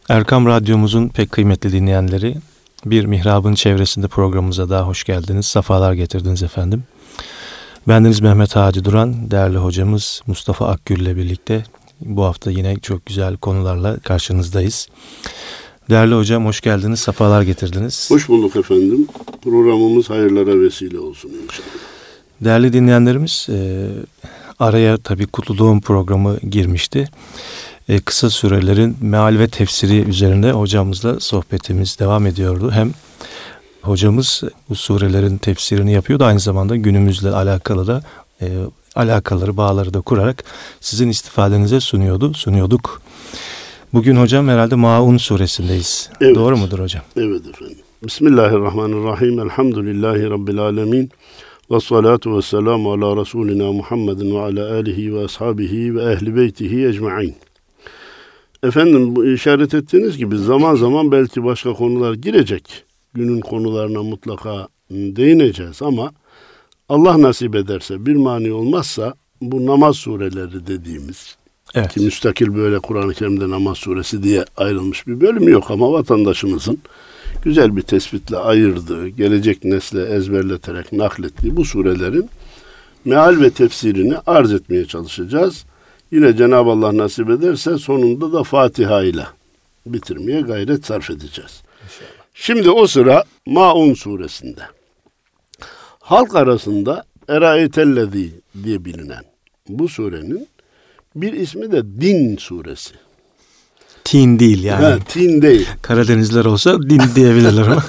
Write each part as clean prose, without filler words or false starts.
Erkam Radyomuzun pek kıymetli dinleyenleri, bir Mihrab'ın çevresinde programımıza daha hoş geldiniz, sefalar getirdiniz efendim. Bendeniz Mehmet Hadi Duran, değerli hocamız Mustafa Akgül ile birlikte bu hafta yine çok güzel konularla karşınızdayız. Değerli hocam, hoş geldiniz, sefalar getirdiniz. Hoş bulduk efendim. Programımız hayırlara vesile olsun inşallah. Değerli dinleyenlerimiz, araya tabii Kutlu Doğum programı girmişti. Kısa surelerin meal ve tefsiri üzerinde hocamızla sohbetimiz devam ediyordu. Hem hocamız bu surelerin tefsirini yapıyordu, aynı zamanda günümüzle alakalı da alakaları, bağları da kurarak sizin istifadenize sunuyorduk. Bugün hocam herhalde Maun suresindeyiz. Evet. Doğru mudur hocam? Evet efendim. Bismillahirrahmanirrahim. Elhamdülillahi Rabbil alemin. Ve salatu ve selamu ala Resulina Muhammedin ve ala alihi ve ashabihi ve ehli beytihi ecma'in. Efendim, bu işaret ettiğiniz gibi zaman zaman belki başka konular girecek. Günün konularına mutlaka değineceğiz ama Allah nasip ederse, bir mani olmazsa bu namaz sureleri dediğimiz, evet, ki müstakil böyle Kur'an-ı Kerim'de namaz suresi diye ayrılmış bir bölüm yok ama vatandaşımızın güzel bir tespitle ayırdığı, gelecek nesle ezberleterek naklettiği bu surelerin meal ve tefsirini arz etmeye çalışacağız. Yine Cenab-ı Allah nasip ederse sonunda da Fatiha ile bitirmeye gayret sarf edeceğiz. İnşallah. Şimdi o sıra Maun suresinde. Halk arasında Eraeytellezî diye bilinen bu surenin bir ismi de Din suresi. Tin değil yani. Tin değil. Karadenizler olsa din diyebilirler ama.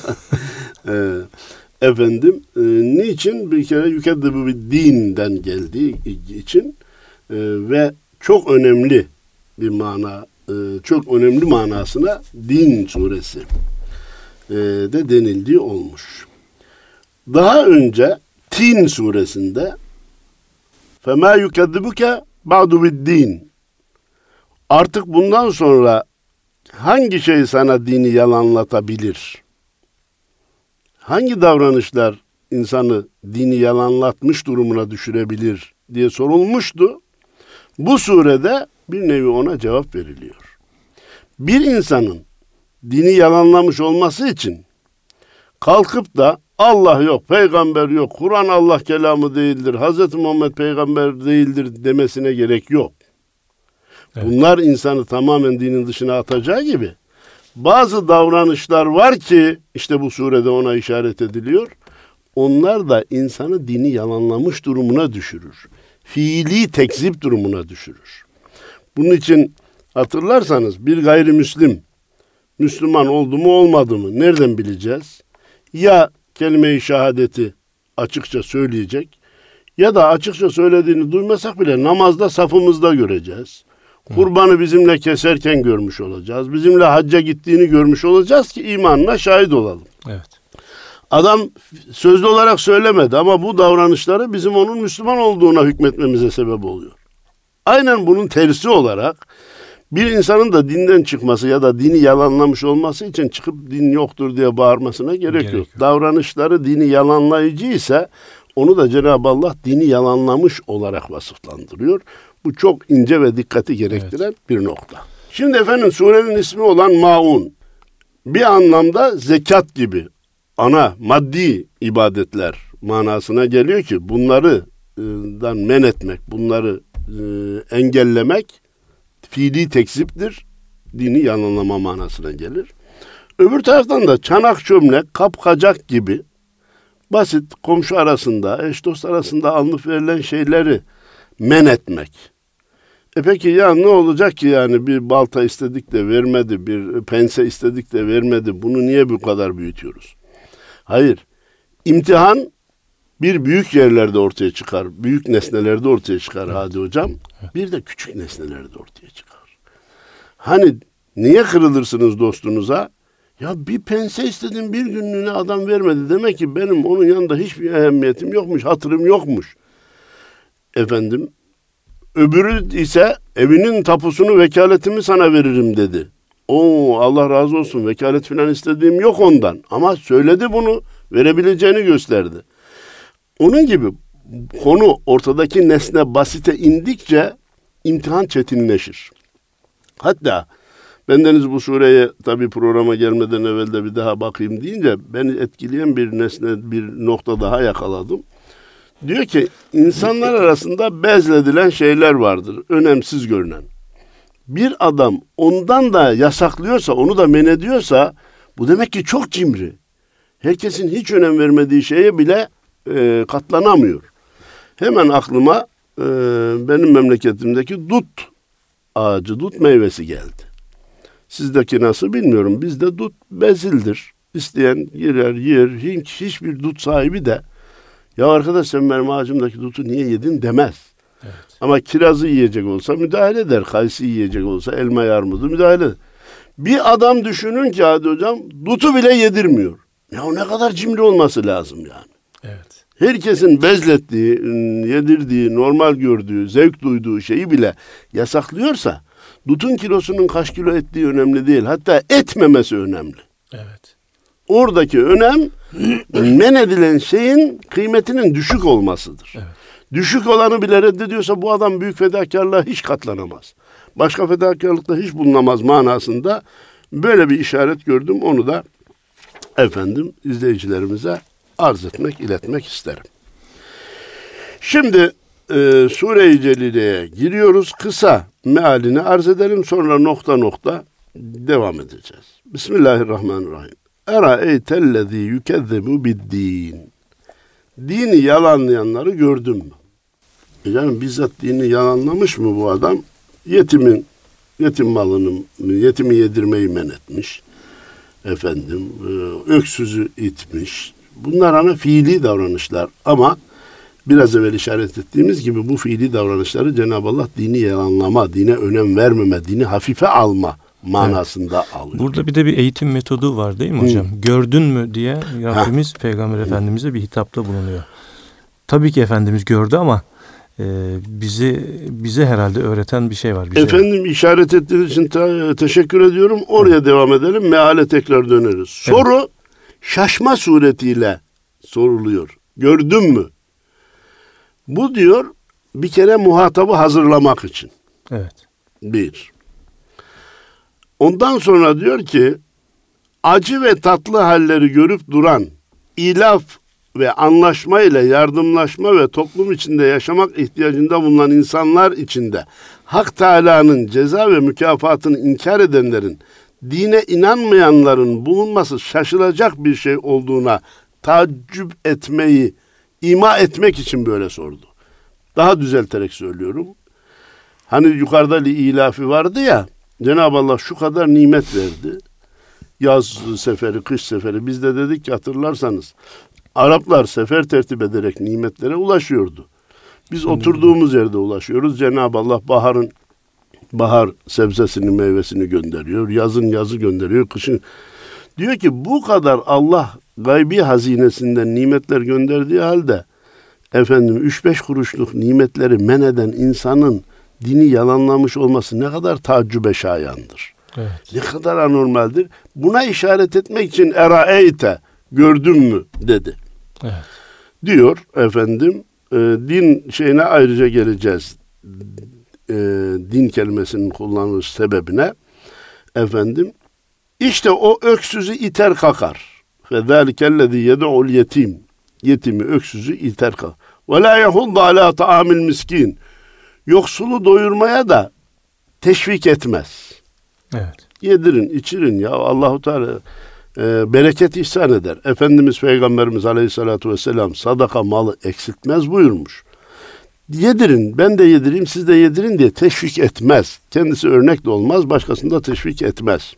Efendim, niçin? Bir kere yükeddebu bir dinden geldiği için ve çok önemli bir mana, çok önemli manasına Din suresi de denildiği olmuş. Daha önce Tin suresinde فَمَا يُكَذِّبُكَ بَعْدُ بِالدِّينِ artık bundan sonra hangi şey sana dini yalanlatabilir? Hangi davranışlar insanı dini yalanlatmış durumuna düşürebilir diye sorulmuştu. Bu surede bir nevi ona cevap veriliyor. Bir insanın dini yalanlamış olması için kalkıp da Allah yok, peygamber yok, Kur'an Allah kelamı değildir, Hz. Muhammed peygamber değildir demesine gerek yok. Evet. Bunlar insanı tamamen dinin dışına atacağı gibi bazı davranışlar var ki işte bu surede ona işaret ediliyor. Onlar da insanı dini yalanlamış durumuna düşürür. Fiili tekzip durumuna düşürür. Bunun için hatırlarsanız bir gayrimüslim Müslüman oldu mu olmadı mı nereden bileceğiz? Ya kelime-i şehadeti açıkça söyleyecek ya da açıkça söylediğini duymasak bile namazda safımızda göreceğiz. Kurbanı bizimle keserken görmüş olacağız. Bizimle hacca gittiğini görmüş olacağız ki imanına şahit olalım. Evet. Adam sözlü olarak söylemedi ama bu davranışları bizim onun Müslüman olduğuna hükmetmemize sebep oluyor. Aynen bunun tersi olarak bir insanın da dinden çıkması ya da dini yalanlamış olması için çıkıp din yoktur diye bağırmasına gerek yok. Davranışları dini yalanlayıcı ise onu da Cenab-ı Allah dini yalanlamış olarak vasıflandırıyor. Bu çok ince ve dikkati gerektiren bir nokta. Şimdi efendim surenin ismi olan Maun bir anlamda zekat gibi ana maddi ibadetler manasına geliyor ki bunlardan men etmek, bunları engellemek fiili tekziptir, dini yalanlama manasına gelir. Öbür taraftan da çanak çömlek, kapkacak gibi basit komşu arasında, eş dost arasında alınıp verilen şeyleri men etmek. Peki ya ne olacak ki yani bir balta istedik de vermedi, bir pense istedik de vermedi, bunu niye bu kadar büyütüyoruz? Hayır, imtihan bir büyük yerlerde ortaya çıkar, büyük nesnelerde ortaya çıkar Hadi hocam, bir de küçük nesnelerde ortaya çıkar. Hani niye kırılırsınız dostunuza? Ya bir pense istedim bir günlüğüne adam vermedi, demek ki benim onun yanında hiçbir ehemmiyetim yokmuş, hatırım yokmuş. Efendim, öbürü ise evinin tapusunu vekaletimi sana veririm dedi. Allah razı olsun, vekalet falan istediğim yok ondan. Ama söyledi, bunu verebileceğini gösterdi. Onun gibi konu ortadaki nesne basite indikçe imtihan çetinleşir. Hatta Bendeniz bu sureye tabii programa gelmeden evvel de bir daha bakayım deyince beni etkileyen bir nesne, bir nokta daha yakaladım. Diyor ki insanlar arasında bezledilen şeyler vardır, önemsiz görünen. Bir adam ondan da yasaklıyorsa, onu da men ediyorsa bu demek ki çok cimri. Herkesin hiç önem vermediği şeye bile katlanamıyor. Hemen aklıma benim memleketimdeki dut ağacı, dut meyvesi geldi. Sizdeki nasıl bilmiyorum. Bizde dut bezildir. İsteyen girer, yer. Hiçbir dut sahibi de ya arkadaş sen benim ağacımdaki dutu niye yedin demez. Evet. Ama kirazı yiyecek olsa müdahale eder. Kayısı yiyecek olsa elma, armudu müdahale eder. Bir adam düşünün ki hadi hocam dutu bile yedirmiyor. Ya ne kadar cimri olması lazım yani. Evet. Herkesin bezlettiği, yedirdiği, normal gördüğü, zevk duyduğu şeyi bile yasaklıyorsa dutun kilosunun kaç kilo ettiği önemli değil. Hatta etmemesi önemli. Evet. Oradaki önem men edilen şeyin kıymetinin düşük olmasıdır. Evet. Düşük olanı bile reddediyorsa bu adam büyük fedakarlığa hiç katlanamaz. Başka fedakarlıkta hiç bulunamaz manasında böyle bir işaret gördüm. Onu da izleyicilerimize arz etmek, iletmek isterim. Şimdi Sure-i Celile'ye giriyoruz. Kısa mealini arz edelim. Sonra nokta nokta devam edeceğiz. Bismillahirrahmanirrahim. Eraeytellezî yükezzebu biddîn. Dini yalanlayanları gördün mü? Yani bizzat dini yalanlamış mı bu adam? Yetim malını, yetimi yedirmeyi men etmiş. Öksüzü itmiş. Bunlar hani fiili davranışlar ama biraz evvel işaret ettiğimiz gibi bu fiili davranışları Cenab-ı Allah dini yalanlama, dine önem vermeme, dini hafife alma manasında alıyor. Burada bir de bir eğitim metodu var değil mi hocam? Gördün mü diye Rabbimiz Peygamber Efendimiz'e bir hitapta bulunuyor. Tabii ki Efendimiz gördü ama bize herhalde öğreten bir şey var. Efendim işaret ettiğiniz için teşekkür ediyorum. Oraya devam edelim. Meale tekrar döneriz. Soru şaşma suretiyle soruluyor. Gördün mü? Bu diyor bir kere muhatabı hazırlamak için. Evet. Bir. Ondan sonra diyor ki acı ve tatlı halleri görüp duran ilaf ve anlaşma ile yardımlaşma ve toplum içinde yaşamak ihtiyacında bulunan insanlar içinde Hak Teâlâ'nın ceza ve mükafatını inkar edenlerin, dine inanmayanların bulunması şaşılacak bir şey olduğuna taaccüp etmeyi ima etmek için böyle sordu. Daha düzelterek söylüyorum. Hani yukarıda ilafi vardı ya, Cenab-ı Allah şu kadar nimet verdi. Yaz seferi, kış seferi. Biz de dedik ki hatırlarsanız Araplar sefer tertip ederek nimetlere ulaşıyordu. Biz oturduğumuz yerde ulaşıyoruz. Cenab-ı Allah bahar sebzesini, meyvesini gönderiyor. Yazın yazı gönderiyor, kışın. Diyor ki bu kadar Allah gaybi hazinesinden nimetler gönderdiği halde 3-5 kuruşluk nimetleri men eden insanın dini yalanlamış olması ne kadar taaccübe şayandır. Evet. Ne kadar anormaldir. Buna işaret etmek için eraeyte gördün mü dedi. Evet. Diyor din şeyine ayrıca geleceğiz. Din kelimesinin kullanılış sebebine. İşte o öksüzü iter kakar. Fezâlikellezî yed'ul yetim. Yetimi, öksüzü iter kakar. Ve lâ yehuddu alâ ta'amil miskin. Yoksulu doyurmaya da teşvik etmez. Evet. Yedirin, içirin ya Allahu Teala bereket ihsan eder. Efendimiz Peygamberimiz Aleyhisselatü Vesselam sadaka malı eksiltmez buyurmuş. Yedirin, ben de yedireyim, siz de yedirin diye teşvik etmez. Kendisi örnek de olmaz, başkasını da teşvik etmez.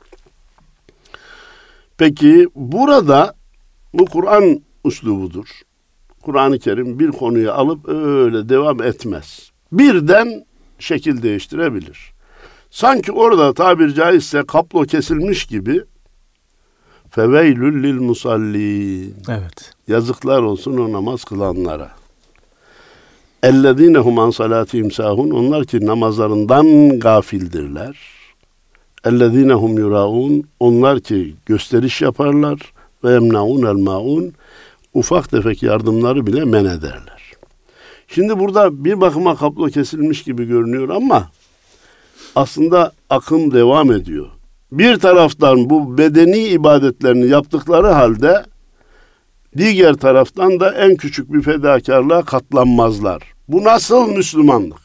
Peki burada bu Kur'an uslubudur. Kur'an-ı Kerim bir konuyu alıp öyle devam etmez. Birden şekil değiştirebilir. Sanki orada tabiri caizse kaplo kesilmiş gibi feveylül lil musallin. Evet. Yazıklar olsun o namaz kılanlara. Ellezinehum an salatihim sahun. Onlar ki namazlarından gafildirler. Ellezinehum yuraun. Onlar ki gösteriş yaparlar ve yemnaunel maun. Ufak tefek yardımları bile men ederler. Şimdi burada bir bakıma kaplo kesilmiş gibi görünüyor ama aslında akım devam ediyor. bir taraftan bu bedeni ibadetlerini yaptıkları halde diğer taraftan da en küçük bir fedakarlığa katlanmazlar. Bu nasıl Müslümanlık?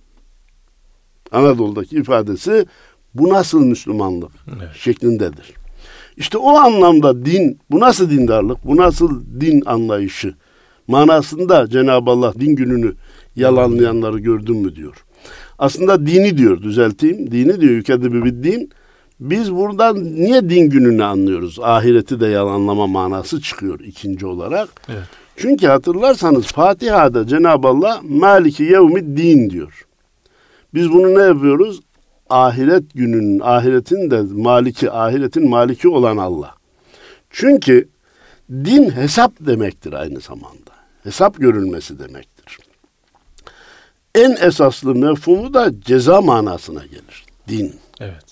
Anadolu'daki ifadesi bu nasıl Müslümanlık şeklindedir. İşte o anlamda din, bu nasıl dindarlık, bu nasıl din anlayışı manasında Cenab-ı Allah din gününü yalanlayanları gördün mü diyor. Aslında dini diyor, düzelteyim. Dini diyor, yükedebe bir din. Biz buradan niye din gününü anlıyoruz? Ahireti de yalanlama manası çıkıyor ikinci olarak. Evet. Çünkü hatırlarsanız Fatiha'da Cenab-ı Allah Maliki Yevmid Din diyor. Biz bunu ne yapıyoruz? Ahiret gününün, ahiretin de maliki, ahiretin maliki olan Allah. Çünkü din hesap demektir aynı zamanda. Hesap görülmesi demektir. En esaslı mefhumu da ceza manasına gelir. Din. Evet.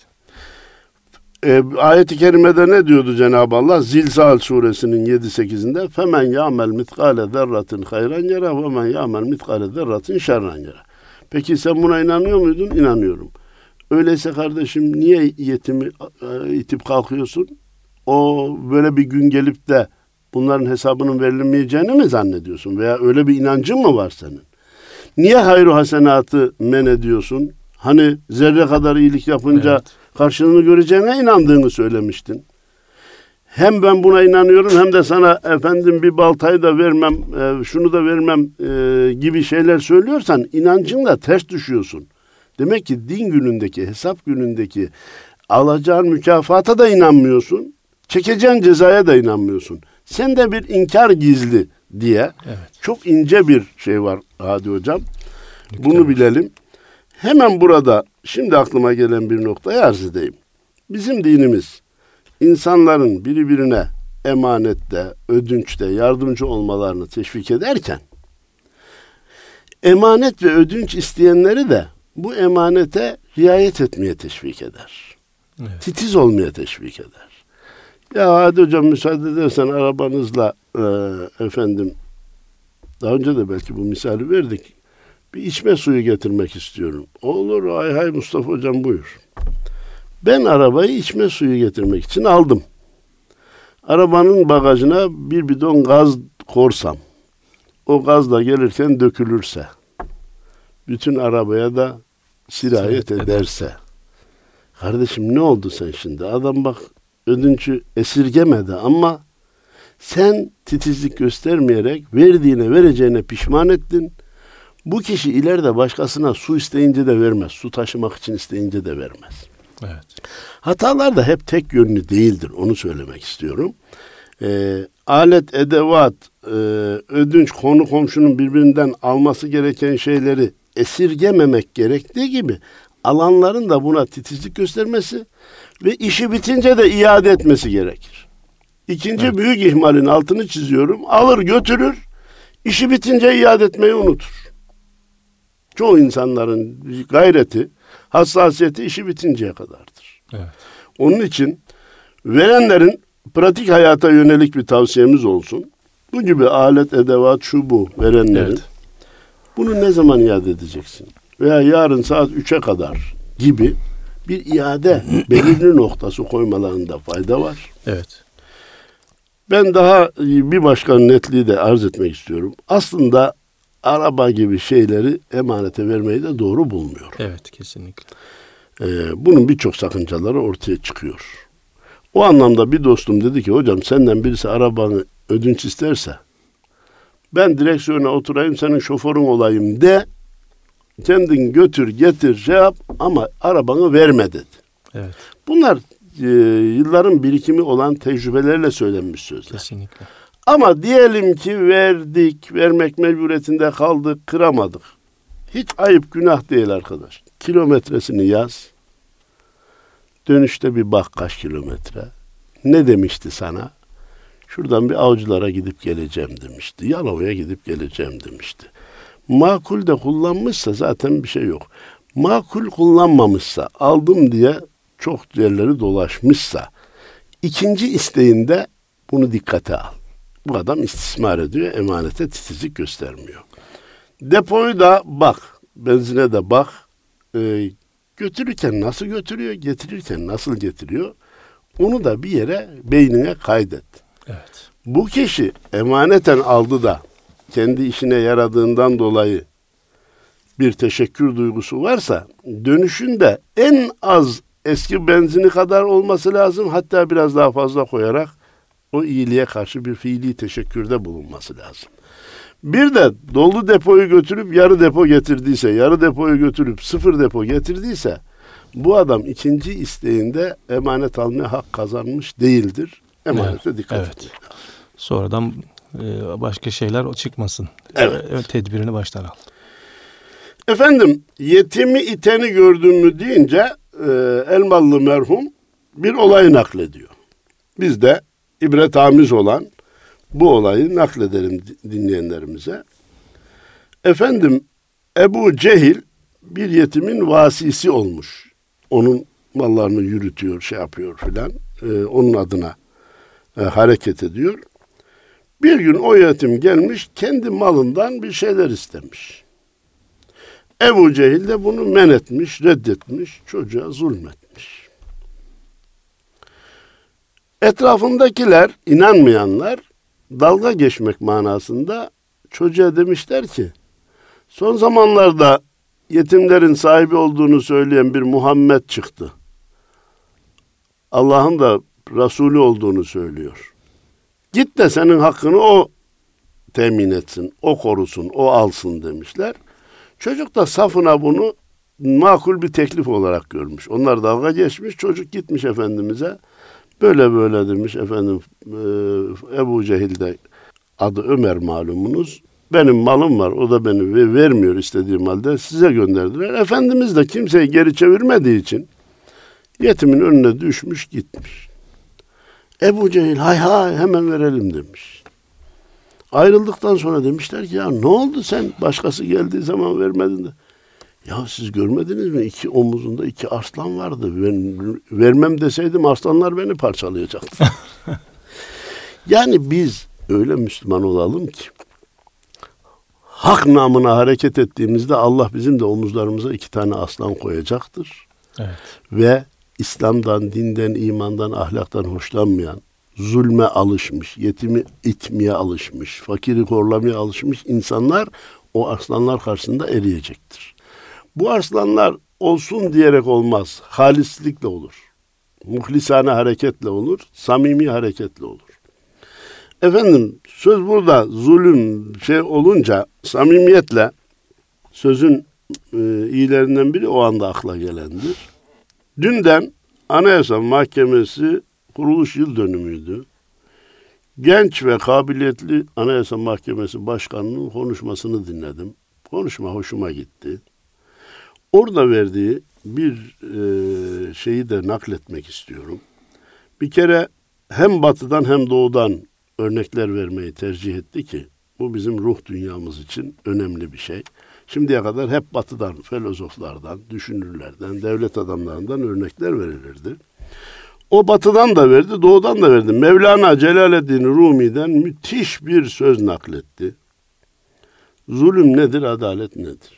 Ayet-i kerimede ne diyordu Cenab-ı Allah? Zilzal suresinin 7-8'inde femen ya'mel mitkale zerratin hayran yara ve men ya'mel mitkale zerratin şerran yara. Peki sen buna inanıyor muydun? İnanıyorum. Öyleyse kardeşim niye yetimi itip kalkıyorsun? O böyle bir gün gelip de bunların hesabının verilmeyeceğini mi zannediyorsun? Veya öyle bir inancın mı var senin? Niye hayru hasenatı men ediyorsun? Hani zerre kadar iyilik yapınca karşılığını göreceğine inandığını söylemiştin. Hem ben buna inanıyorum hem de sana efendim bir baltayı da vermem, şunu da vermem gibi şeyler söylüyorsan inancınla ters düşüyorsun. Demek ki din günündeki, hesap günündeki alacağın mükafata da inanmıyorsun. Çekeceğin cezaya da inanmıyorsun. Sende bir inkar gizli diye çok ince bir şey var Hadi Hocam. Bunu bilelim. Hemen burada şimdi aklıma gelen bir noktayı arz edeyim. Bizim dinimiz insanların birbirine emanette, ödünçte yardımcı olmalarını teşvik ederken emanet ve ödünç isteyenleri de bu emanete riayet etmeye teşvik eder. Evet. Titiz olmaya teşvik eder. Ya hadi hocam müsaade edersen arabanızla efendim daha önce de belki bu misali verdik. Bir içme suyu getirmek istiyorum. Olur hay Mustafa hocam buyur. Ben arabayı içme suyu getirmek için aldım. Arabanın bagajına bir bidon gaz korsam, o gaz da gelirken dökülürse, bütün arabaya da sirayet ederse, kardeşim ne oldu sen şimdi? Adam bak ödünçü esirgemedi ama sen titizlik göstermeyerek verdiğine vereceğine pişman ettin. Bu kişi ileride başkasına su isteyince de vermez. Su taşımak için isteyince de vermez. Evet. Hatalar da hep tek yönlü değildir. Onu söylemek istiyorum. Alet, edevat, ödünç, konu komşunun birbirinden alması gereken şeyleri esirgememek gerektiği gibi alanların da buna titizlik göstermesi ve işi bitince de iade etmesi gerekir. İkinci büyük ihmalin altını çiziyorum. Alır götürür, işi bitince iade etmeyi unutur. Çoğu insanların gayreti, hassasiyeti işi bitinceye kadardır. Evet. Onun için verenlerin pratik hayata yönelik bir tavsiyemiz olsun. Bu gibi alet, edevat, şu bu verenlerin bunu ne zaman iade edeceksin? Veya yarın saat 3'e kadar gibi bir iade belirli noktası koymalarında fayda var. Evet. Ben daha bir başka netliği de arz etmek istiyorum. Aslında araba gibi şeyleri emanete vermeyi de doğru bulmuyor. Evet, kesinlikle. Bunun birçok sakıncaları ortaya çıkıyor. O anlamda bir dostum dedi ki hocam senden birisi arabanı ödünç isterse ben direksiyona oturayım senin şoförün olayım de kendin götür getir şey yap ama arabanı verme dedi. Evet. Bunlar yılların birikimi olan tecrübelerle söylenmiş sözler. Kesinlikle. Ama diyelim ki verdik, vermek mecburiyetinde kaldık, kıramadık. Hiç ayıp günah değil arkadaş. Kilometresini yaz. Dönüşte bir bak kaç kilometre. Ne demişti sana? Şuradan bir Avcılar'a gidip geleceğim demişti. Yalova'ya gidip geleceğim demişti. Makul de kullanmışsa zaten bir şey yok. Makul kullanmamışsa, aldım diye çok yerleri dolaşmışsa, ikinci isteğinde bunu dikkate al. Bu adam istismar ediyor, emanete titizlik göstermiyor. Depoyu da bak, benzine de bak, götürürken nasıl götürüyor, getirirken nasıl getiriyor? Onu da bir yere beynine kaydet. Evet. Bu kişi emaneten aldı da kendi işine yaradığından dolayı bir teşekkür duygusu varsa dönüşünde en az eski benzini kadar olması lazım. Hatta biraz daha fazla koyarak o iyiliğe karşı bir fiili teşekkürde bulunması lazım. Bir de dolu depoyu götürüp yarı depo getirdiyse, yarı depoyu götürüp sıfır depo getirdiyse bu adam ikinci isteğinde emanet almaya hak kazanmış değildir. Emanete dikkat evet. Sonradan başka şeyler çıkmasın. Evet. Tedbirini baştan al. Efendim, yetimi iteni gördüğümü deyince Elmalı merhum bir olayı naklediyor. Biz de ibretamiz olan bu olayı nakledelim dinleyenlerimize. Efendim, Ebu Cehil bir yetimin vasisi olmuş. Onun mallarını yürütüyor, şey yapıyor filan. Onun adına hareket ediyor. Bir gün o yetim gelmiş, kendi malından bir şeyler istemiş. Ebu Cehil de bunu men etmiş, reddetmiş, çocuğa zulmetmiş. Etrafındakiler, inanmayanlar, dalga geçmek manasında çocuğa demişler ki, son zamanlarda yetimlerin sahibi olduğunu söyleyen bir Muhammed çıktı. Allah'ın da Resulü olduğunu söylüyor. Git de senin hakkını o temin etsin, o korusun, o alsın demişler. Çocuk da safına bunu makul bir teklif olarak görmüş. Onlar dalga geçmiş, çocuk gitmiş Efendimiz'e. Böyle böyle demiş efendim, Ebu Cehil de adı Ömer malumunuz. Benim malım var, o da beni vermiyor istediğim halde, size gönderdiler. Efendimiz de kimseyi geri çevirmediği için yetimin önüne düşmüş gitmiş. Ebu Cehil hay hay hemen verelim demiş. Ayrıldıktan sonra demişler ki ya ne oldu sen başkası geldiği zaman vermedin de. Ya siz görmediniz mi? İki omuzunda iki arslan vardı. Ben vermem deseydim arslanlar beni parçalayacaktı. Yani biz öyle Müslüman olalım ki hak namına hareket ettiğimizde Allah bizim de omuzlarımıza iki tane aslan koyacaktır. Evet. Ve İslam'dan, dinden, imandan, ahlaktan hoşlanmayan, zulme alışmış, yetimi itmeye alışmış, fakiri korlamaya alışmış insanlar o aslanlar karşısında eriyecektir. Bu arslanlar olsun diyerek olmaz, halislikle olur. Muhlisane hareketle olur, samimi hareketle olur. Efendim söz burada zulüm olunca samimiyetle sözün iyilerinden biri o anda akla gelendir. Dünden Anayasa Mahkemesi kuruluş yıl dönümüydü. Genç ve kabiliyetli Anayasa Mahkemesi Başkanı'nın konuşmasını dinledim. Konuşma hoşuma gitti. Orada verdiği bir şeyi de nakletmek istiyorum. Bir kere hem batıdan hem doğudan örnekler vermeyi tercih etti ki bu bizim ruh dünyamız için önemli bir şey. Şimdiye kadar hep batıdan, filozoflardan, düşünürlerden, devlet adamlarından örnekler verilirdi. O batıdan da verdi, doğudan da verdi. Mevlana Celaleddin Rumi'den müthiş bir söz nakletti. Zulüm nedir, adalet nedir?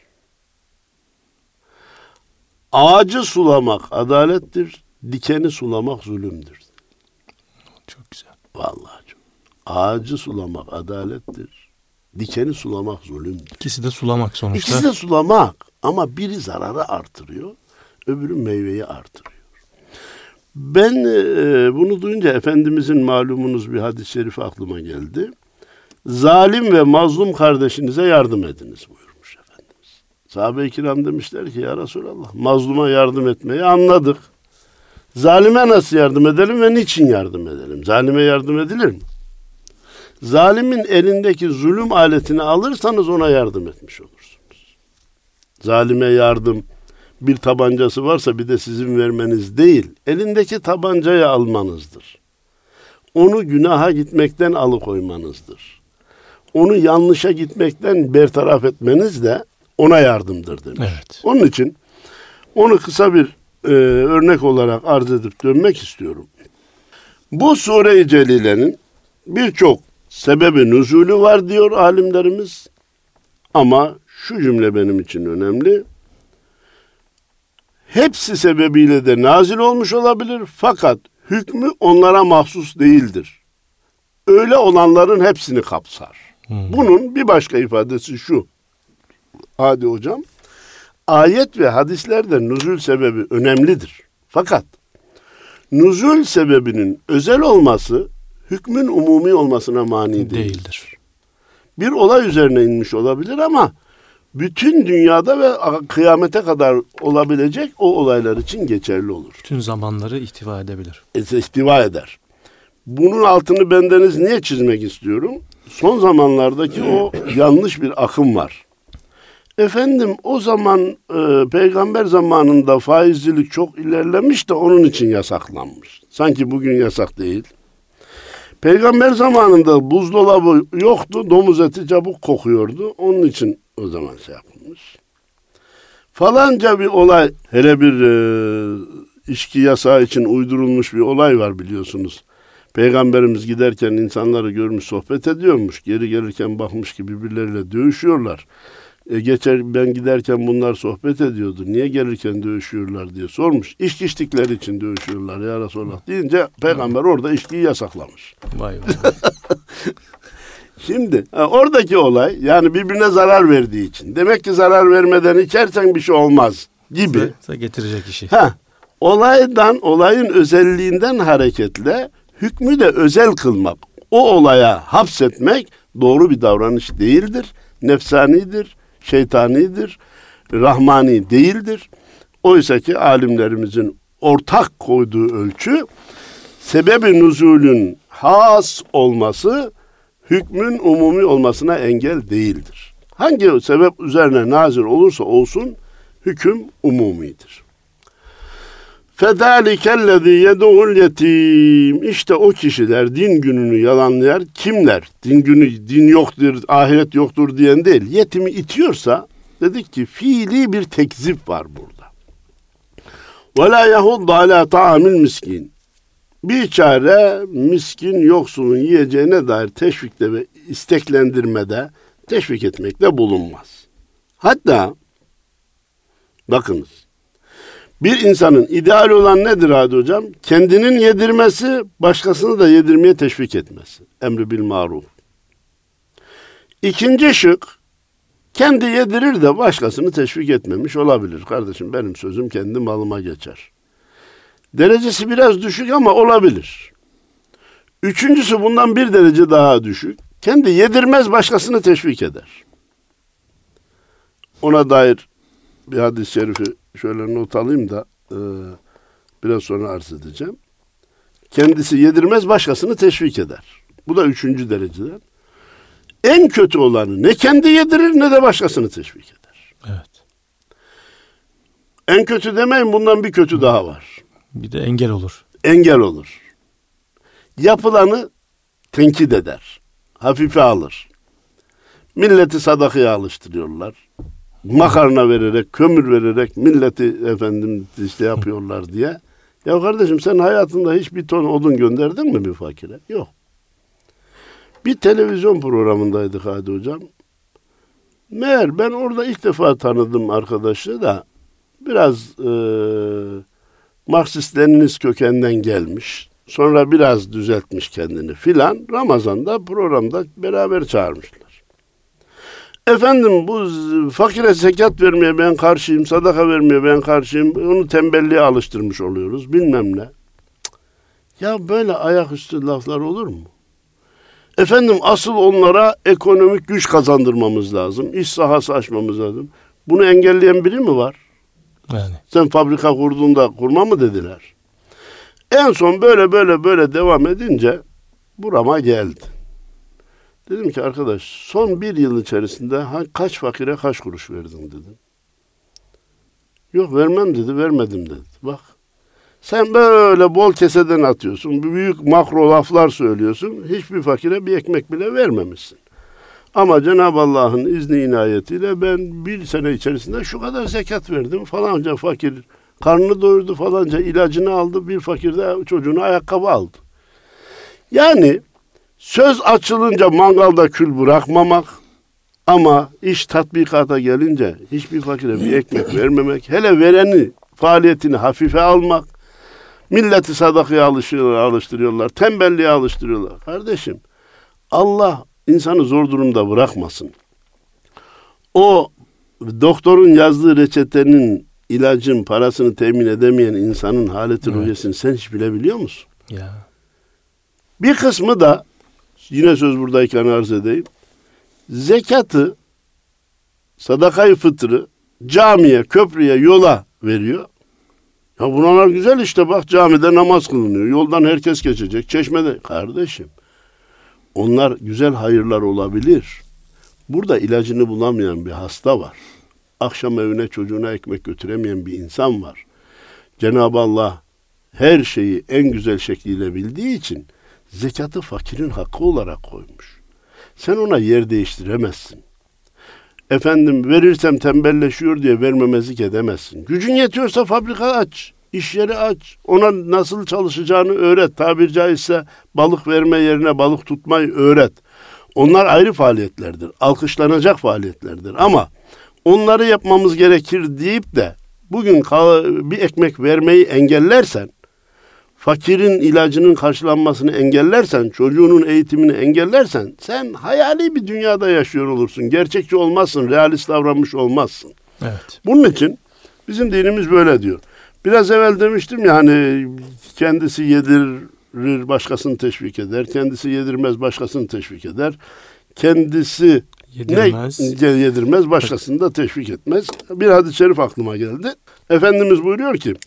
Ağacı sulamak adalettir, dikeni sulamak zulümdür. Çok güzel. Vallahi çok. Ağacı sulamak adalettir, dikeni sulamak zulümdür. İkisi de sulamak sonuçta. İkisi de sulamak ama biri zararı artırıyor, öbürü meyveyi artırıyor. Ben bunu duyunca Efendimizin malumunuz bir hadis-i şerifi aklıma geldi. Zalim ve mazlum kardeşinize yardım ediniz buyurmuş Efendimiz. Sahabe-i kiram demişler ki ya Resulallah mazluma yardım etmeyi anladık. Zalime nasıl yardım edelim ve niçin yardım edelim? Zalime yardım edilir mi? Zalimin elindeki zulüm aletini alırsanız ona yardım etmiş olursunuz. Zalime yardım bir tabancası varsa bir de sizin vermeniz değil, elindeki tabancayı almanızdır. Onu günaha gitmekten alıkoymanızdır. Onu yanlışa gitmekten bertaraf etmeniz de ona yardımdır demiş. Evet. Onun için onu kısa bir örnek olarak arz edip dönmek istiyorum. Bu sure-i celilenin birçok sebebi nüzulü var diyor alimlerimiz. Ama şu cümle benim için önemli. hepsi sebebiyle de nazil olmuş olabilir fakat hükmü onlara mahsus değildir. Öyle olanların hepsini kapsar. Bunun bir başka ifadesi şu. Hadi hocam, ayet ve hadislerde nüzul sebebi önemlidir. Fakat nüzul sebebinin özel olması hükmün umumi olmasına mani değildir. Bir olay üzerine inmiş olabilir ama bütün dünyada ve kıyamete kadar olabilecek o olaylar için geçerli olur. Bütün zamanları ihtiva edebilir. İhtiva eder. Bunun altını bendeniz niye çizmek istiyorum? Son zamanlardaki o yanlış bir akım var. Efendim o zaman peygamber zamanında faizcilik çok ilerlemiş de onun için yasaklanmış. Sanki bugün yasak değil. Peygamber zamanında buzdolabı yoktu, domuz eti çabuk kokuyordu. Onun için o zaman şey yapılmış. Falanca bir olay, hele bir içki yasağı için uydurulmuş bir olay var biliyorsunuz. Peygamberimiz giderken insanları görmüş, sohbet ediyormuş. Geri gelirken bakmış ki birbirleriyle dövüşüyorlar. Ben giderken bunlar sohbet ediyordu. Niye gelirken dövüşüyorlar diye sormuş. İçki içtikleri için dövüşüyorlar ya Resulallah deyince peygamber orada içkiyi yasaklamış. Vay vay. Şimdi oradaki olay yani birbirine zarar verdiği için. Demek ki zarar vermeden içersen bir şey olmaz gibi. Getirecek işi. Olayın özelliğinden hareketle hükmü de özel kılmak, o olaya hapsetmek doğru bir davranış değildir. Nefsanidir, şeytanidir, rahmani değildir. Oysa ki alimlerimizin ortak koyduğu ölçü, sebebi nüzulün has olması, hükmün umumi olmasına engel değildir. Hangi sebep üzerine nazil olursa olsun, hüküm umumidir. Fedâlikellezî yed'ul yetim. İşte o kişiler din gününü yalanlayan kimler? Din yoktur, ahiret yoktur diyen değil. Yetimi itiyorsa dedik ki fiili bir tekzip var burada. Ve lâ yahuddu alâ ta'amil miskin. Bir çare miskin yoksulun yiyeceğine dair teşvikte ve isteklendirmede teşvik etmekte bulunmaz. Hatta bakınız, bir insanın ideali olan nedir hadi hocam? Kendinin yedirmesi, başkasını da yedirmeye teşvik etmesi. Emri bil maruf. İkinci şık, kendi yedirir de başkasını teşvik etmemiş olabilir. Kardeşim benim sözüm kendi malıma geçer. Derecesi biraz düşük ama olabilir. Üçüncüsü bundan bir derece daha düşük. Kendi yedirmez, başkasını teşvik eder. Ona dair bir hadis-i şerifi şöyle not alayım da biraz sonra arz edeceğim. Kendisi yedirmez, başkasını teşvik eder. Bu da üçüncü dereceden. En kötü olanı ne kendi yedirir ne de başkasını teşvik eder. Evet. En kötü demeyin, bundan bir kötü daha var. Bir de engel olur. Engel olur. Yapılanı tenkit eder. Hafife alır. Milleti sadakaya alıştırıyorlar. Makarna vererek, kömür vererek milleti işte yapıyorlar diye. Ya kardeşim sen hayatında hiç bir ton odun gönderdin mi bir fakire? Yok. Bir televizyon programındaydık hadi hocam. Meğer ben orada ilk defa tanıdım arkadaşı da biraz Marksist-Leninist kökenden gelmiş. Sonra biraz düzeltmiş kendini filan. Ramazan'da programda beraber çağırmışlar. Efendim bu fakire zekat vermeye ben karşıyım, sadaka vermeye ben karşıyım. Onu tembelliğe alıştırmış oluyoruz bilmem ne. Ya böyle ayaküstü laflar olur mu? Efendim asıl onlara ekonomik güç kazandırmamız lazım. İş sahası açmamız lazım. Bunu engelleyen biri mi var? Yani. Sen fabrika kurduğunda kurma mı dediler? En son böyle devam edince burama geldi. Dedim ki arkadaş son bir yıl içerisinde kaç fakire kaç kuruş verdin dedim. Yok vermem dedi, vermedim dedi. Bak sen böyle bol keseden atıyorsun, büyük makro laflar söylüyorsun, hiçbir fakire bir ekmek bile vermemişsin. Ama Cenab-ı Allah'ın izni inayetiyle ben bir sene içerisinde şu kadar zekat verdim. Falanca fakir karnını doyurdu, falanca ilacını aldı, bir fakir de çocuğuna ayakkabı aldı. Yani söz açılınca mangalda kül bırakmamak ama iş tatbikata gelince hiçbir fakire bir ekmek vermemek, hele vereni faaliyetini hafife almak, milleti sadakaya alıştırıyorlar, tembelliğe alıştırıyorlar. Kardeşim, Allah insanı zor durumda bırakmasın. O doktorun yazdığı reçetenin, ilacın parasını temin edemeyen insanın haleti ruhiyesini sen hiç bilebiliyor musun? Ya. Bir kısmı da, yine söz buradayken arz edeyim, zekatı, sadakayı fıtrı camiye, köprüye, yola veriyor. Ya bunlar güzel işte, bak camide namaz kılınıyor. Yoldan herkes geçecek. Çeşmede. Kardeşim, onlar güzel hayırlar olabilir. Burada ilacını bulamayan bir hasta var. Akşam evine çocuğuna ekmek götüremeyen bir insan var. Cenab-ı Allah her şeyi en güzel şekliyle bildiği için zekatı fakirin hakkı olarak koymuş. Sen ona yer değiştiremezsin. Efendim, verirsem tembelleşiyor diye vermemezlik edemezsin. Gücün yetiyorsa fabrika aç, iş yeri aç. Ona nasıl çalışacağını öğret. Tabiri caizse balık verme yerine balık tutmayı öğret. Onlar ayrı faaliyetlerdir. Alkışlanacak faaliyetlerdir. Ama onları yapmamız gerekir deyip de bugün bir ekmek vermeyi engellersen, fakirin ilacının karşılanmasını engellersen, çocuğunun eğitimini engellersen, sen hayali bir dünyada yaşıyor olursun. Gerçekçi olmazsın, realist davranmış olmazsın. Evet. Bunun için bizim dinimiz böyle diyor. Biraz evvel demiştim ya, hani kendisi yedirir, başkasını teşvik eder. Kendisi yedirmez, başkasını teşvik eder. Kendisi yedirmez, başkasını da teşvik etmez. Bir hadis-i şerif aklıma geldi. Efendimiz buyuruyor ki,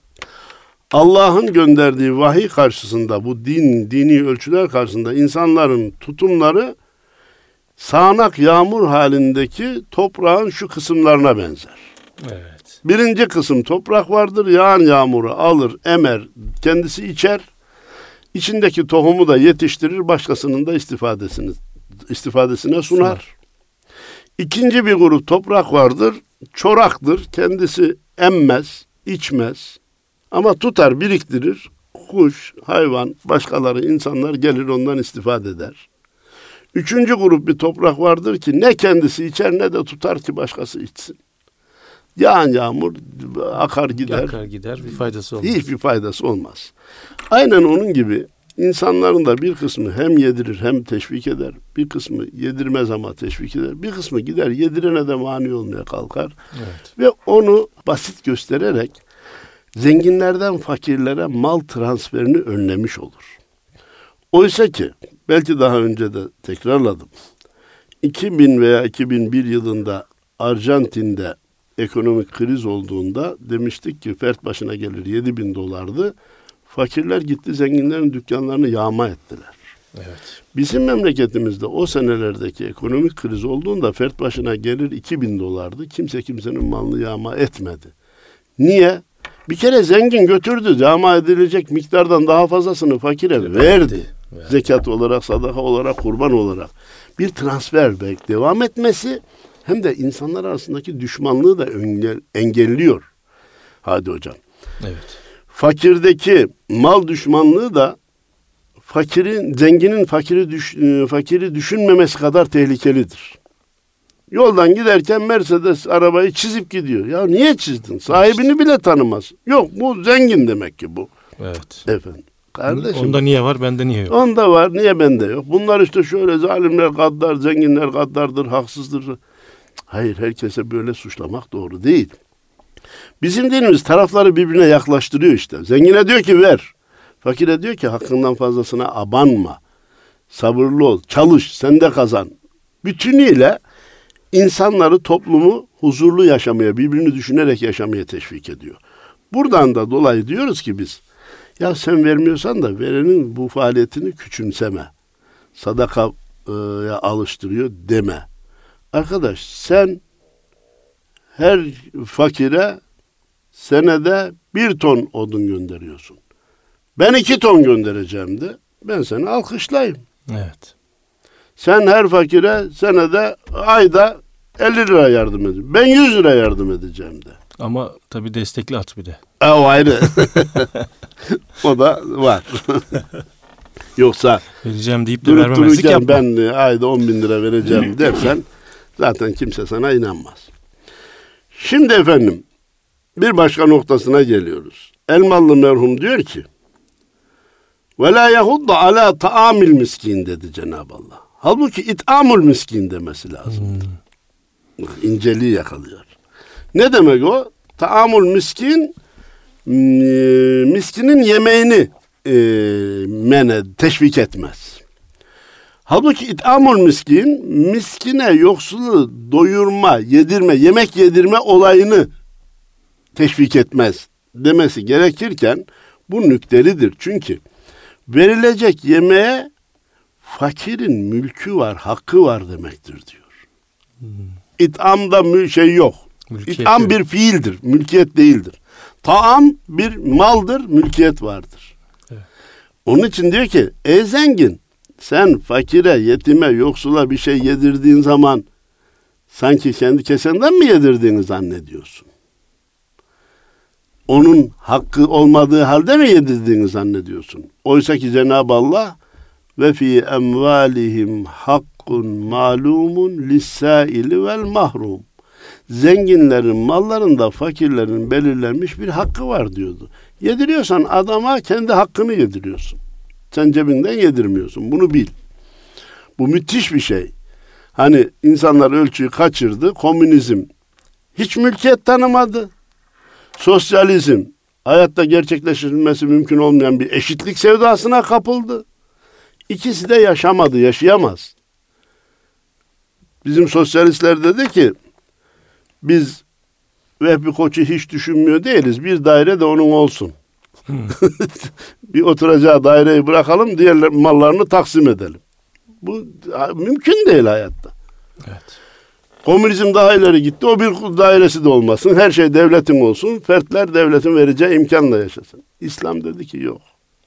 Allah'ın gönderdiği vahiy karşısında, bu dini ölçüler karşısında insanların tutumları sağanak yağmur halindeki toprağın şu kısımlarına benzer. Evet. Birinci kısım toprak vardır, yağan yağmuru alır, emer, kendisi içer, içindeki tohumu da yetiştirir, başkasının da istifadesine sunar. İkinci bir grup toprak vardır, çoraktır, kendisi emmez, içmez ama tutar, biriktirir, kuş, hayvan, başkaları, insanlar gelir ondan istifade eder. Üçüncü grup bir toprak vardır ki ne kendisi içer ne de tutar ki başkası içsin. Yağan yağmur akar gider. Akar gider, bir faydası olmaz. Hiçbir faydası olmaz. Aynen onun gibi insanların da bir kısmı hem yedirir hem teşvik eder. Bir kısmı yedirmez ama teşvik eder. Bir kısmı gider yedirene de mani olmaya kalkar. Evet. Ve onu basit göstererek zenginlerden fakirlere mal transferini önlemiş olur. Oysa ki belki daha önce de tekrarladım. 2000 veya 2001 yılında Arjantin'de ekonomik kriz olduğunda demiştik ki fert başına gelir 7.000 dolardı. Fakirler gitti zenginlerin dükkanlarını yağma ettiler. Evet. Bizim memleketimizde o senelerdeki ekonomik kriz olduğunda fert başına gelir 2.000 dolardı. Kimse kimsenin malını yağma etmedi. Niye? Bir kere zengin götürdü. Yağma edilecek miktardan daha fazlasını fakire verdi. Zekat olarak, sadaka olarak, kurban olarak. Bir transfer devam etmesi hem de insanlar arasındaki düşmanlığı da engelliyor. Hadi hocam. Evet. Fakirdeki mal düşmanlığı da zenginin fakiri düşünmemesi kadar tehlikelidir. Yoldan giderken Mercedes arabayı çizip gidiyor. Ya niye çizdin? Sahibini bile tanımaz. Yok, bu zengin demek ki bu. Evet. Efendim. Kardeşim. Onda niye var, bende niye yok? Onda var, niye bende yok? Bunlar işte şöyle zalimler gaddar, zenginler gaddardır, haksızdır. Hayır, herkese böyle suçlamak doğru değil. Bizim dinimiz tarafları birbirine yaklaştırıyor işte. Zengine diyor ki ver. Fakire diyor ki hakkından fazlasına abanma. Sabırlı ol, çalış, sen de kazan. Bütünüyle insanları, toplumu huzurlu yaşamaya, birbirini düşünerek yaşamaya teşvik ediyor. Buradan da dolayı diyoruz ki biz, ya sen vermiyorsan da verenin bu faaliyetini küçümseme. Sadakaya alıştırıyor deme. Arkadaş, sen her fakire senede 1 ton odun gönderiyorsun. Ben 2 ton göndereceğim de ben seni alkışlayayım. Evet. Sen her fakire senede ayda 50 lira yardım ediyorsun. Ben 100 lira yardım edeceğim de. Ama tabii destekli at bir de. O ayrı. O da var. Yoksa vereceğim deyip de vermemezlik yapma. Ben ayda 10.000 lira vereceğim dersen zaten kimse sana inanmaz. Şimdi efendim, bir başka noktasına geliyoruz. Elmalı merhum diyor ki ve la yahudda ala ta'amil miskin dedi Cenab-ı Allah. Halbuki it'amul miskin demesi lazımdı. İnceliği yakalıyor. Ne demek o? Ta'amul miskin, miskinin yemeğini teşvik etmez. Halbuki it'amul miskin, miskine yoksulu doyurma, yedirme, yemek yedirme olayını teşvik etmez demesi gerekirken bu nüktelidir. Çünkü verilecek yemeğe fakirin mülkü var, hakkı var demektir diyor. İt'amda şey yok. Mülkiyet İt'am yok. bir fiildir, mülkiyet değildir. Taam bir maldır, mülkiyet vardır. Evet. Onun için diyor ki, ey zengin, sen fakire, yetime, yoksula bir şey yedirdiğin zaman sanki kendi kesenden mi yedirdiğini zannediyorsun? Onun hakkı olmadığı halde mi yedirdiğini zannediyorsun? Oysa ki Cenab-ı Allah ve fi emvalihim hakkun malumun lis-saili vel mahrum. Zenginlerin mallarında fakirlerin belirlenmiş bir hakkı var diyordu. Yediriyorsan adama kendi hakkını yediriyorsun. Sen cebinden yedirmiyorsun. Bunu bil. Bu müthiş bir şey. Hani insanlar ölçüyü kaçırdı. Komünizm hiç mülkiyet tanımadı. Sosyalizm hayatta gerçekleştirilmesi mümkün olmayan bir eşitlik sevdasına kapıldı. İkisi de yaşamadı, yaşayamaz. Bizim sosyalistler dedi ki biz Vehbi Koç'u hiç düşünmüyor değiliz. Bir daire de onun olsun. Bir oturacağı daireyi bırakalım, diğer mallarını taksim edelim. Bu mümkün değil hayatta. Evet. Komünizm daha ileri gitti. O bir dairesi de olmasın. Her şey devletin olsun. Fertler devletin vereceği imkanla yaşasın. İslam dedi ki yok.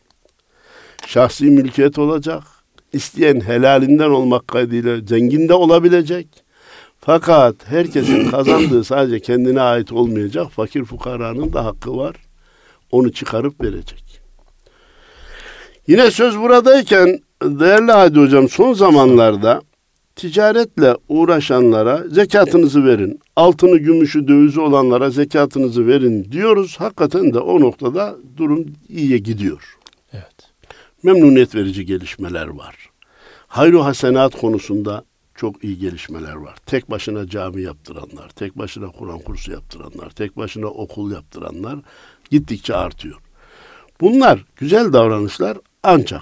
Şahsi mülkiyet olacak. İsteyen helalinden olmak kaydıyla zengin de olabilecek. Fakat herkesin kazandığı sadece kendine ait olmayacak. Fakir fukaranın da hakkı var. Onu çıkarıp verecek. Yine söz buradayken değerli Hadi Hocam, son zamanlarda ticaretle uğraşanlara zekatınızı verin. Altını, gümüşü, dövizi olanlara zekatınızı verin diyoruz. Hakikaten de o noktada durum iyiye gidiyor. Evet. Memnuniyet verici gelişmeler var. Hayru hasenat konusunda çok iyi gelişmeler var. Tek başına cami yaptıranlar, tek başına Kur'an kursu yaptıranlar, tek başına okul yaptıranlar gittikçe artıyor. Bunlar güzel davranışlar, ancak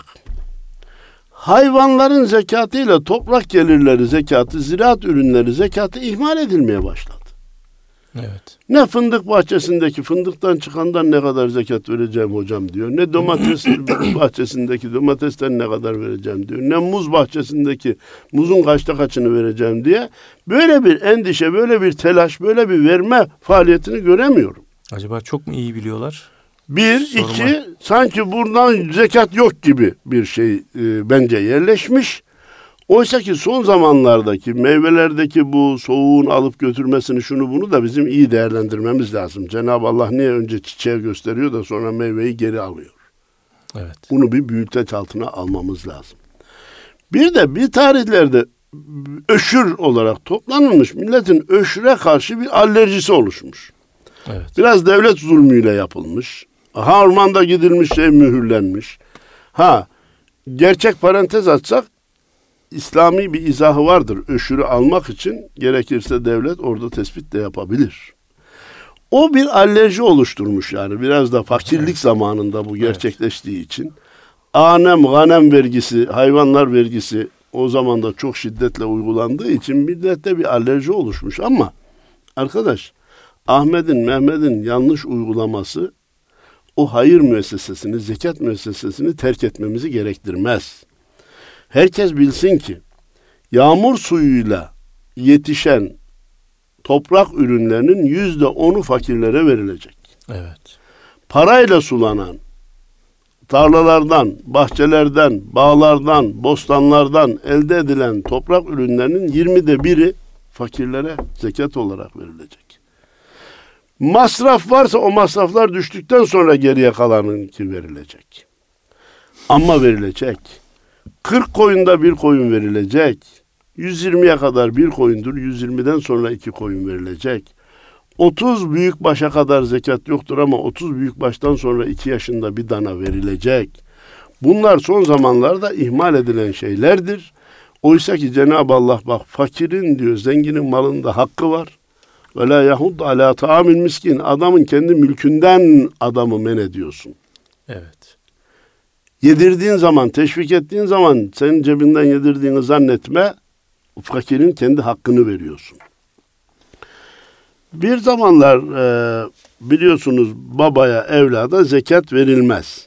hayvanların zekatıyla toprak gelirleri zekatı, ziraat ürünleri zekatı ihmal edilmeye başladı. Evet. Ne fındık bahçesindeki fındıktan çıkandan ne kadar zekat vereceğim hocam diyor. Ne domates bahçesindeki domatesten ne kadar vereceğim diyor. Ne muz bahçesindeki muzun kaçta kaçını vereceğim diye. Böyle bir endişe, böyle bir telaş, böyle bir verme faaliyetini göremiyorum. Acaba çok mu iyi biliyorlar? Bir, iki, sanki buradan zekat yok gibi bir şey bence yerleşmiş. Oysa ki son zamanlardaki meyvelerdeki bu soğuğun alıp götürmesini, şunu bunu da bizim iyi değerlendirmemiz lazım. Cenab-ı Allah niye önce çiçeği gösteriyor da sonra meyveyi geri alıyor? Evet. Bunu bir büyüteç altına almamız lazım. Bir de bir tarihlerde öşür olarak toplanılmış, milletin öşüre karşı bir alerjisi oluşmuş. Evet. Biraz devlet zulmüyle yapılmış. Ormanda gidilmiş, mühürlenmiş. Gerçek parantez açsak, İslami bir izahı vardır. Öşürü almak için gerekirse devlet orada tespit de yapabilir. O bir alerji oluşturmuş yani. Biraz da fakirlik zamanında bu gerçekleştiği için. Ganem vergisi, hayvanlar vergisi o zaman da çok şiddetle uygulandığı için millette bir alerji oluşmuş. Ama arkadaş, Ahmet'in, Mehmet'in yanlış uygulaması o hayır müessesesini, zekat müessesesini terk etmemizi gerektirmez. Herkes bilsin ki yağmur suyuyla yetişen toprak ürünlerinin %10'u fakirlere verilecek. Evet. Parayla sulanan tarlalardan, bahçelerden, bağlardan, bostanlardan elde edilen toprak ürünlerinin 1/20'i fakirlere zekat olarak verilecek. Masraf varsa o masraflar düştükten sonra geriye kalanınki verilecek. Ama verilecek. 40 koyunda bir koyun verilecek. 120'ye kadar bir koyundur. 120'den sonra 2 koyun verilecek. 30 büyükbaşa kadar zekat yoktur ama 30 büyükbaştan sonra 2 yaşında bir dana verilecek. Bunlar son zamanlarda ihmal edilen şeylerdir. Oysa ki Cenab-ı Allah bak fakirin diyor zenginin malında hakkı var. Ve la yahud ala ta'amil miskin. Adamın kendi mülkünden adamı men ediyorsun. Evet. Yedirdiğin zaman, teşvik ettiğin zaman senin cebinden yedirdiğini zannetme. Fakirin kendi hakkını veriyorsun. Bir zamanlar biliyorsunuz babaya, evlada zekat verilmez.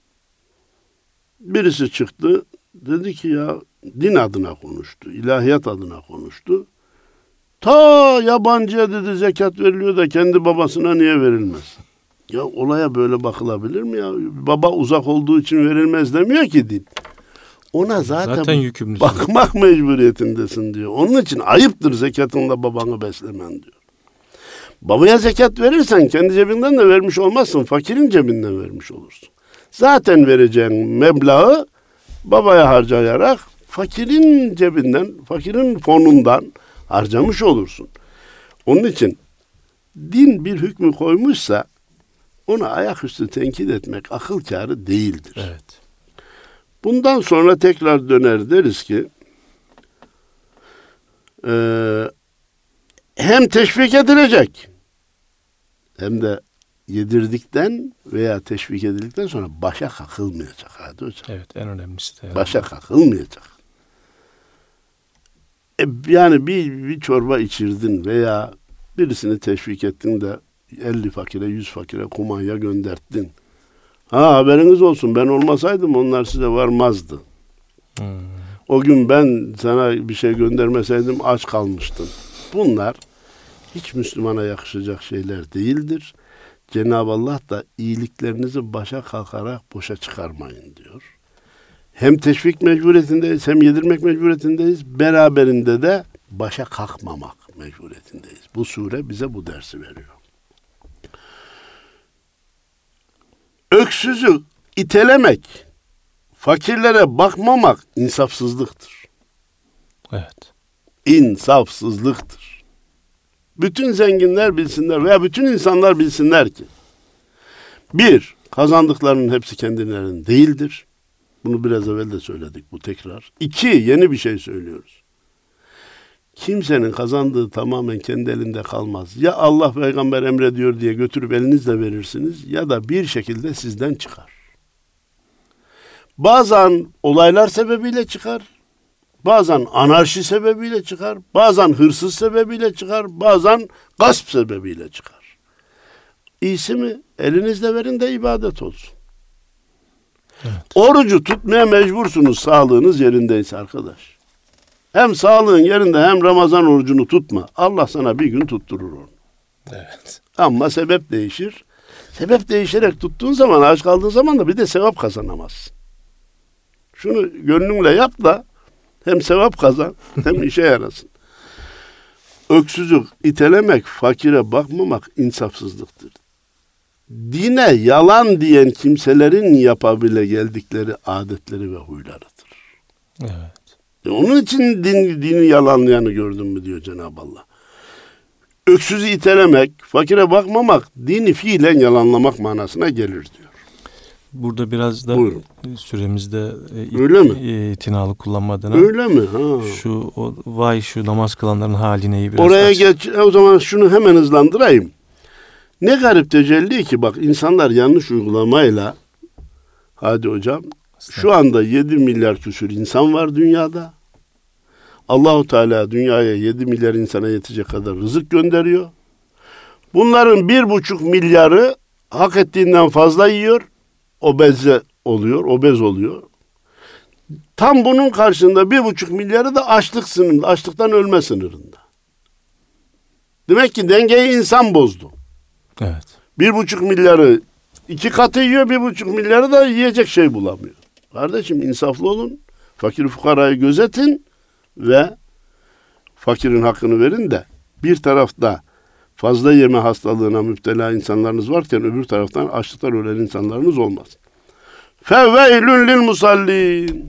Birisi çıktı, dedi ki ya din adına konuştu, ilahiyat adına konuştu. Ta yabancıya dedi zekat veriliyor da kendi babasına niye verilmez? Ya olaya böyle bakılabilir mi ya? Baba uzak olduğu için verilmez demiyor ki din. Ona zaten yükümlüsün. bakmak mecburiyetindesin diyor. Onun için ayıptır zekatınla babanı beslemen diyor. Babaya zekat verirsen kendi cebinden de vermiş olmazsın. Fakirin cebinden vermiş olursun. Zaten vereceğin meblağı babaya harcayarak fakirin cebinden, fakirin fonundan harcamış olursun. Onun için din bir hükmü koymuşsa onu ayaküstü tenkit etmek akıl kârı değildir. Evet. Bundan sonra tekrar döner deriz ki hem teşvik edilecek hem de yedirdikten veya teşvik edildikten sonra başa kakılmayacak. Hadi hocam. Evet, en önemlisi de. Başa kakılmayacak. Yani bir çorba içirdin veya birisini teşvik ettin de 50 fakire 100 fakire kumanya gönderttin. Haberiniz olsun, ben olmasaydım onlar size varmazdı. O gün ben sana bir şey göndermeseydim aç kalmıştın. Bunlar hiç Müslümana yakışacak şeyler değildir. Cenab-ı Allah da iyiliklerinizi başa kalkarak boşa çıkarmayın diyor. Hem teşvik mecburiyetindeyiz hem yedirmek mecburiyetindeyiz. Beraberinde de başa kalkmamak mecburiyetindeyiz. Bu sure bize bu dersi veriyor. Öksüzü itelemek, fakirlere bakmamak insafsızlıktır. Evet. İnsafsızlıktır. Bütün zenginler bilsinler veya bütün insanlar bilsinler ki bir, kazandıklarının hepsi kendilerinin değildir. Bunu biraz evvel de söyledik, bu tekrar. İki, yeni bir şey söylüyoruz. Kimsenin kazandığı tamamen kendi elinde kalmaz. Ya Allah peygamber emrediyor diye götürüp elinizle verirsiniz ya da bir şekilde sizden çıkar. Bazen olaylar sebebiyle çıkar. Bazen anarşi sebebiyle çıkar. Bazen hırsız sebebiyle çıkar. Bazen gasp sebebiyle çıkar. İyisi mi? Elinizle verin de ibadet olsun. Evet. Orucu tutmaya mecbursunuz sağlığınız yerindeyse arkadaş. Hem sağlığın yerinde hem Ramazan orucunu tutma. Allah sana bir gün tutturur onu. Evet. Ama sebep değişir. Sebep değişerek tuttuğun zaman, aç kaldığın zaman da bir de sevap kazanamazsın. Şunu gönlünle yap da hem sevap kazan hem işe yarasın. Öksüzlük, itelemek, fakire bakmamak insafsızlıktır. Dine yalan diyen kimselerin yapabile geldikleri adetleri ve huylarıdır. Evet. Onun için dini yalanlayanı gördün mü diyor Cenab-ı Allah. Öksüzü itelemek, fakire bakmamak, dini fiilen yalanlamak manasına gelir diyor. Burada biraz da buyurun, süremizde itinalı kullanma adına. Öyle mi? Ha. Şu namaz kılanların halini biraz oraya geç. O zaman şunu hemen hızlandırayım. Ne garip tecelli ki bak, insanlar yanlış uygulamayla, hadi hocam, şu anda 7 milyar küsur insan var dünyada. Allahu Teala dünyaya 7 milyar insana yetecek kadar rızık gönderiyor. Bunların 1,5 milyarı hak ettiğinden fazla yiyor. Obez oluyor. Tam bunun karşında 1,5 milyarı da açlık sınırında, açlıktan ölme sınırında. Demek ki dengeyi insan bozdu. Evet. 1,5 milyarı 2 katı yiyor, 1,5 milyarı da yiyecek şey bulamıyor. Kardeşim insaflı olun, fakir fukarayı gözetin ve fakirin hakkını verin de bir tarafta fazla yeme hastalığına müptela insanlarınız varken öbür taraftan açlıktan ölen insanlarınız olmaz. Feveylün lil musallin.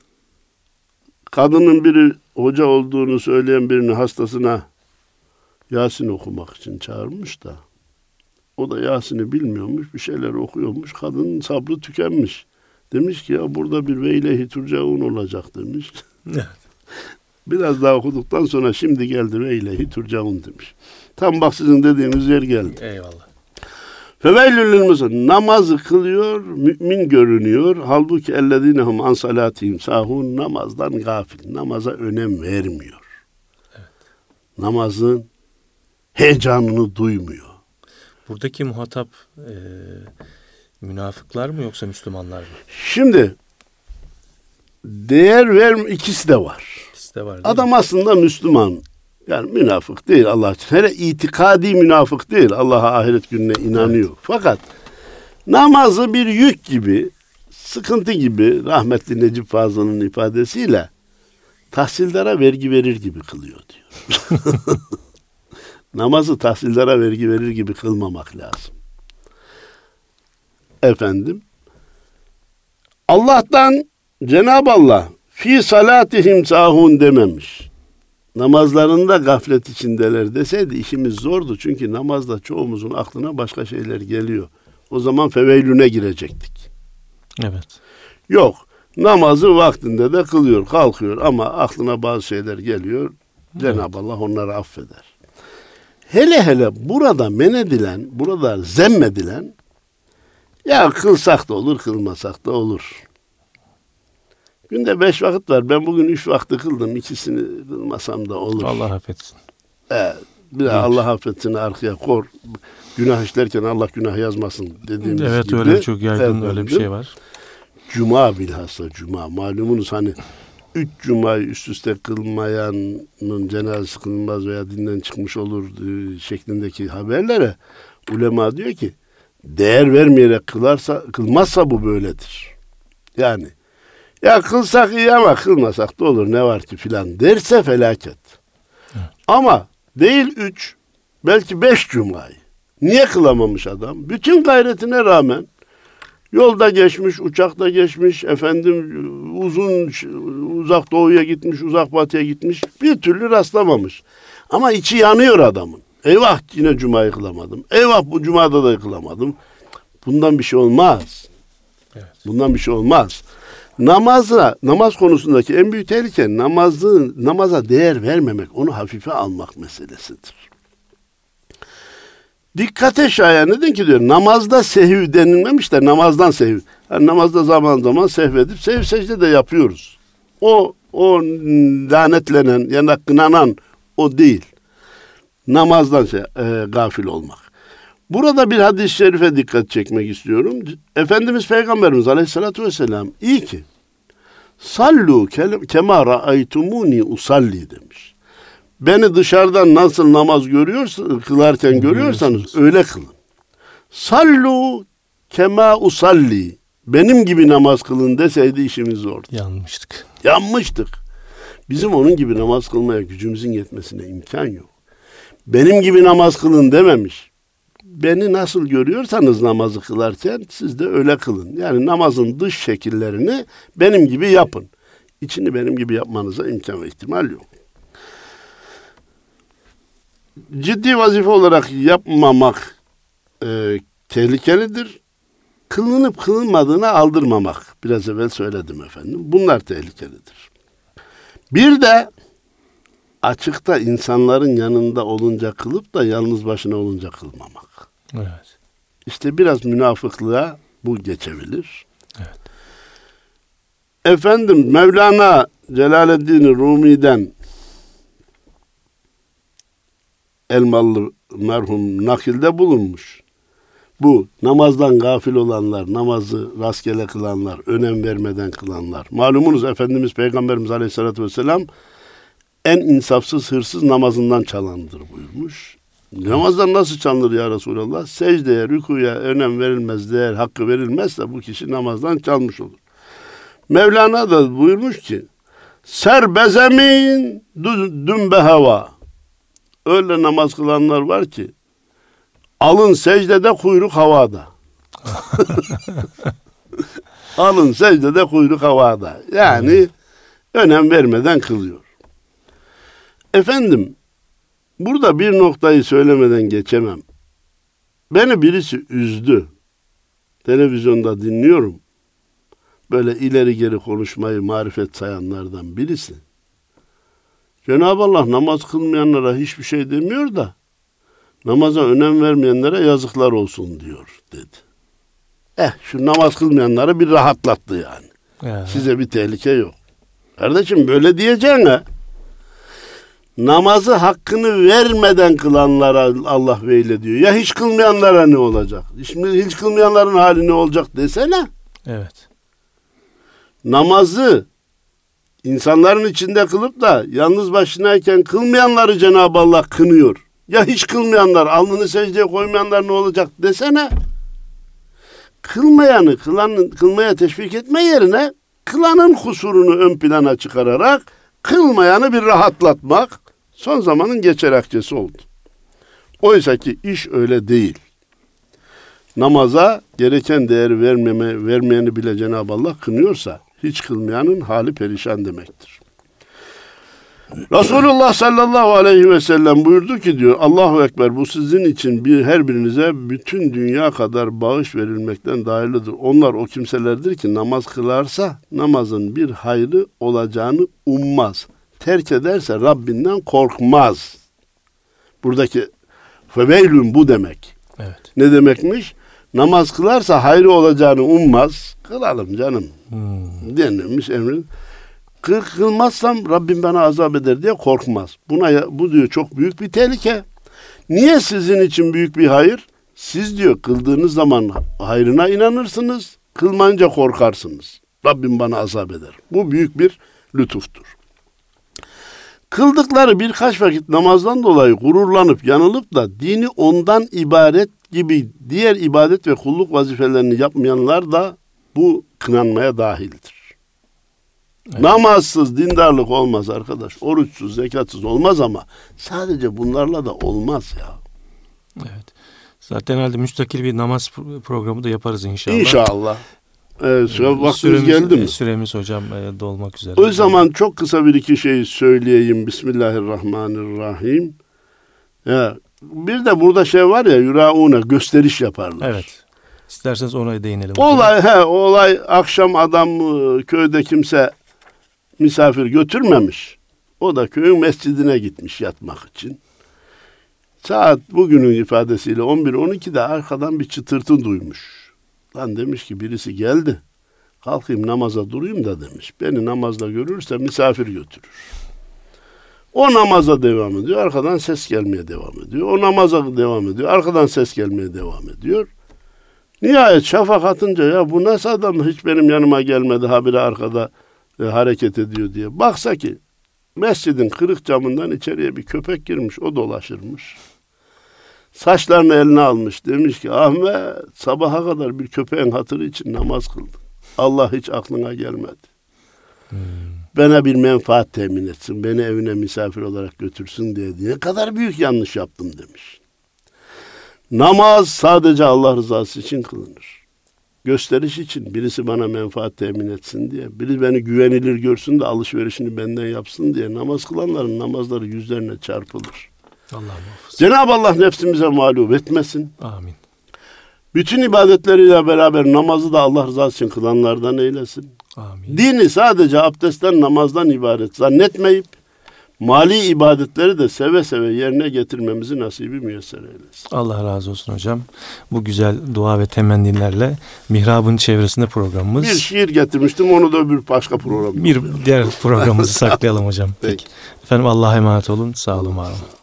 Kadının biri hoca olduğunu söyleyen birinin hastasına, Yasin okumak için çağırmış da o da Yasin'i bilmiyormuş, bir şeyler okuyormuş. Kadının sabrı tükenmiş. Demiş ki ya burada bir veylehi turcaun olacak demiş. Evet. Biraz daha okuduktan sonra şimdi geldi veylehi turcaun demiş. Tam bak sizin dediğiniz yer geldi. Eyvallah. Feveylül lil musallin. Namazı kılıyor, mümin görünüyor. Halbuki ellezinehum an salatihim sahun, namazdan gafil. Namaza önem vermiyor. Evet. Namazın heyecanını duymuyor. Buradaki muhatap münafıklar mı yoksa Müslümanlar mı? Şimdi değer verme ikisi de var. İkisi de var değil Adam mi? aslında Müslüman. Yani münafık değil Allah için. Hele itikadi münafık değil. Allah'a ahiret gününe inanıyor. Evet. Fakat namazı bir yük gibi, sıkıntı gibi, rahmetli Necip Fazıl'ın ifadesiyle tahsildara vergi verir gibi kılıyor diyor. Namazı tahsildara vergi verir gibi kılmamak lazım. Efendim, Allah'tan Cenab-ı Allah fi salatihim sahun dememiş. Namazlarında gaflet içindeler deseydi işimiz zordu. Çünkü namazda çoğumuzun aklına başka şeyler geliyor. O zaman feveylüne girecektik. Evet. Yok. Namazı vaktinde de kılıyor, kalkıyor ama aklına bazı şeyler geliyor. Cenab-ı Allah onları affeder. Hele hele burada men edilen, burada zemmedilen ya kılsak da olur, kılmasak da olur. Günde 5 vakit var. Ben bugün 3 vakti kıldım. İkisini kılmasam da olur. Allah affetsin. Bir de Allah affetsin arkaya kor. Günah işlerken Allah günah yazmasın dediğimiz evet, gibi. Evet öyle çok yaygın öyle bir şey var. Cuma bilhassa cuma. Malumunuz hani 3 cumayı üst üste kılmayanın cenazesi kılınmaz veya dinden çıkmış olur şeklindeki haberlere ulema diyor ki değer vermeyerek kılmazsa bu böyledir. Yani ya kılsak iyi ama kılmasak da olur ne var ki filan derse felaket. Evet. Ama değil 3 belki 5 cumayı. Niye kılamamış adam? Bütün gayretine rağmen yolda geçmiş, uçakta geçmiş, uzak doğuya gitmiş, uzak batıya gitmiş. Bir türlü rastlamamış. Ama içi yanıyor adamın. Eyvah yine cumayı kılamadım. Eyvah bu cumada da kılamadım. Bundan bir şey olmaz. Evet. Bundan bir şey olmaz. Namaz konusundaki en büyük tehlike namaza değer vermemek, onu hafife almak meselesidir. Dikkate şayan neden ki diyor, namazda sehv denilmemiş de namazdan sehv. Yani namazda zaman zaman sehvedip sehv secde de yapıyoruz. O lanetlenen ya da kınanan o değil. Namazdan gafil olmak. Burada bir hadis-i şerife dikkat çekmek istiyorum. Efendimiz Peygamberimiz Aleyhisselatü Vesselam iyi ki sallu kema ra'aytumuni usalli demiş. Beni dışarıdan nasıl namaz kılarken görüyorsanız öyle kılın. Sallu kema usalli. Benim gibi namaz kılın deseydi işimiz zordu. Yanmıştık. Bizim onun gibi namaz kılmaya gücümüzün yetmesine imkan yok. Benim gibi namaz kılın dememiş. Beni nasıl görüyorsanız namazı kılarken siz de öyle kılın. Yani namazın dış şekillerini benim gibi yapın. İçini benim gibi yapmanıza imkan ve ihtimal yok. Ciddi vazife olarak yapmamak tehlikelidir. Kılınıp kılınmadığına aldırmamak. Biraz evvel söyledim efendim. Bunlar tehlikelidir. Bir de açıkta insanların yanında olunca kılıp da yalnız başına olunca kılmamak. Evet. İşte biraz münafıklığa bu geçebilir. Evet. Efendim Mevlana Celaleddin Rumi'den Elmalı merhum nakilde bulunmuş. Bu namazdan gafil olanlar, namazı rastgele kılanlar, önem vermeden kılanlar. Malumunuz Efendimiz Peygamberimiz Aleyhisselatü Vesselam en insafsız hırsız namazından çalandır buyurmuş. Namazdan nasıl çalınır ya Resulallah? Secdeye, rükuya önem verilmez, değer hakkı verilmezse bu kişi namazdan çalmış olur. Mevlana da buyurmuş ki serbezemin dümbe hava. Öyle namaz kılanlar var ki alın secdede kuyruk havada. Alın secdede kuyruk havada. Yani önem vermeden kılıyor. Efendim Burada bir noktayı söylemeden geçemem. Beni birisi üzdü. Televizyonda dinliyorum. Böyle ileri geri konuşmayı marifet sayanlardan birisi. Cenab-ı Allah namaz kılmayanlara hiçbir şey demiyor da namaza önem vermeyenlere yazıklar olsun diyor dedi. Şu namaz kılmayanları bir rahatlattı yani. Ya. Size bir tehlike yok. Kardeşim böyle diyeceğine namazı hakkını vermeden kılanlara Allah veyle diyor. Ya hiç kılmayanlara ne olacak? Hiç kılmayanların hali ne olacak desene. Evet. Namazı insanların içinde kılıp da yalnız başınayken kılmayanları Cenab-ı Allah kınıyor. Ya hiç kılmayanlar, alnını secdeye koymayanlar ne olacak desene. Kılmayanı kılmaya teşvik etme yerine kılanın kusurunu ön plana çıkararak kılmayanı bir rahatlatmak son zamanın geçer akçesi oldu. Oysa ki iş öyle değil. Namaza gereken değer vermeyeni bile Cenab-ı Allah kınıyorsa hiç kılmayanın hali perişan demektir. Resulullah sallallahu aleyhi ve sellem buyurdu ki diyor, Allahu Ekber, bu sizin için her birinize bütün dünya kadar bağış verilmekten daha hayırlıdır. Onlar o kimselerdir ki namaz kılarsa namazın bir hayrı olacağını ummaz. Terk ederse Rabbinden korkmaz. Buradaki feveylün bu demek. Evet. Ne demekmiş? Namaz kılarsa hayrı olacağını ummaz. Kılalım canım. Denilmiş emrin. Kılmazsam Rabbim bana azap eder diye korkmaz. Bu diyor çok büyük bir tehlike. Niye sizin için büyük bir hayır? Siz diyor kıldığınız zaman hayrına inanırsınız. Kılmayınca korkarsınız. Rabbim bana azap eder. Bu büyük bir lütuftur. Kıldıkları birkaç vakit namazdan dolayı gururlanıp yanılıp da dini ondan ibaret gibi diğer ibadet ve kulluk vazifelerini yapmayanlar da bu kınanmaya dahildir. Evet. Namazsız dindarlık olmaz arkadaş. Oruçsuz, zekatsız olmaz ama sadece bunlarla da olmaz ya. Evet. Zaten herhalde müstakil bir namaz programı da yaparız inşallah. İnşallah. Vaktimiz geldi mi? Süremiz hocam dolmak üzere. O zaman çok kısa bir iki şey söyleyeyim. Bismillahirrahmanirrahim. Bir de burada var ya, yurauna, gösteriş yaparlar. Evet. İsterseniz ona değinelim. Olay akşam adam köyde kimse misafir götürmemiş. O da köyün mescidine gitmiş yatmak için. Saat bugünün ifadesiyle 11-12'de arkadan bir çıtırtı duymuş. Lan demiş ki birisi geldi. Kalkayım namaza durayım da demiş. Beni namazda görürse misafir götürür. O namaza devam ediyor. Arkadan ses gelmeye devam ediyor. O namaza devam ediyor. Arkadan ses gelmeye devam ediyor. Nihayet şafak atınca ya bu nasıl adam hiç benim yanıma gelmedi habire arkada hareket ediyor diye. Baksa ki mescidin kırık camından içeriye bir köpek girmiş. O dolaşırmış. Saçlarını eline almış. Demiş ki Ahmet sabaha kadar bir köpeğin hatırı için namaz kıldın. Allah hiç aklına gelmedi. Bana bir menfaat temin etsin. Beni evine misafir olarak götürsün diye. Ne kadar büyük yanlış yaptım demiş. Namaz sadece Allah rızası için kılınır. Gösteriş için, birisi bana menfaat temin etsin diye, biri beni güvenilir görsün de alışverişini benden yapsın diye namaz kılanların namazları yüzlerine çarpılır. Allah muhafaza. Cenab-ı Allah nefsimize mağlup etmesin. Amin. Bütün ibadetleriyle beraber namazı da Allah rızası için kılanlardan eylesin. Amin. Dini sadece abdestten, namazdan ibaret zannetmeyip mali ibadetleri de seve seve yerine getirmemizi nasibi müyesser eylesin. Allah razı olsun hocam. Bu güzel dua ve temennilerle Mihrab'ın çevresinde programımız. Bir şiir getirmiştim, onu da bir başka program. Bir diğer programımızı saklayalım hocam. Peki. Efendim Allah'a emanet olun. Sağ olun, var olun.